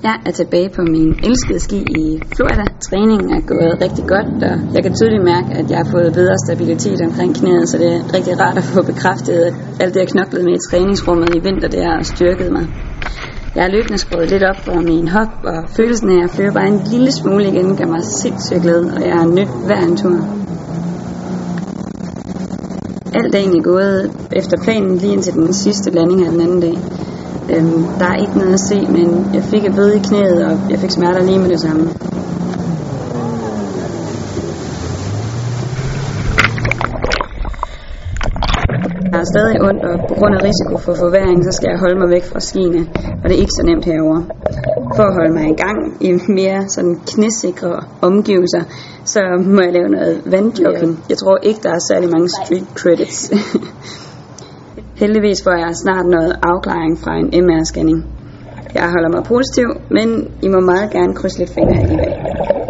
Jeg er tilbage på min elskede ski i Florida. Træningen er gået rigtig godt, og jeg kan tydeligt mærke, at jeg har fået bedre stabilitet omkring knæet, så det er rigtig rart at få bekræftet, at alt det, jeg knoklede med i træningsrummet i vinter, det har styrket mig. Jeg har løbende skruet lidt op for min hop, og følelsen af at føre bare en lille smule igen gør mig sindssygt glad, og jeg har nydt hver en tur. Alt er egentlig gået efter planen lige indtil den sidste landing her den anden dag. Der er ikke noget at se, men jeg fik et blød i knæet, og jeg fik smerter lige med det samme. Jeg har stadig ondt, og på grund af risiko for forværring, så skal jeg holde mig væk fra skiene, og det er ikke så nemt herovre. For at holde mig i gang i mere sådan knæsikre omgivelser, så må jeg lave noget vandjogging. Jeg tror ikke, der er særlig mange street credits. Heldigvis får jeg snart noget afklaring fra en MR-scanning. Jeg holder mig positiv, men I må meget gerne krydse lidt fingre alligevel.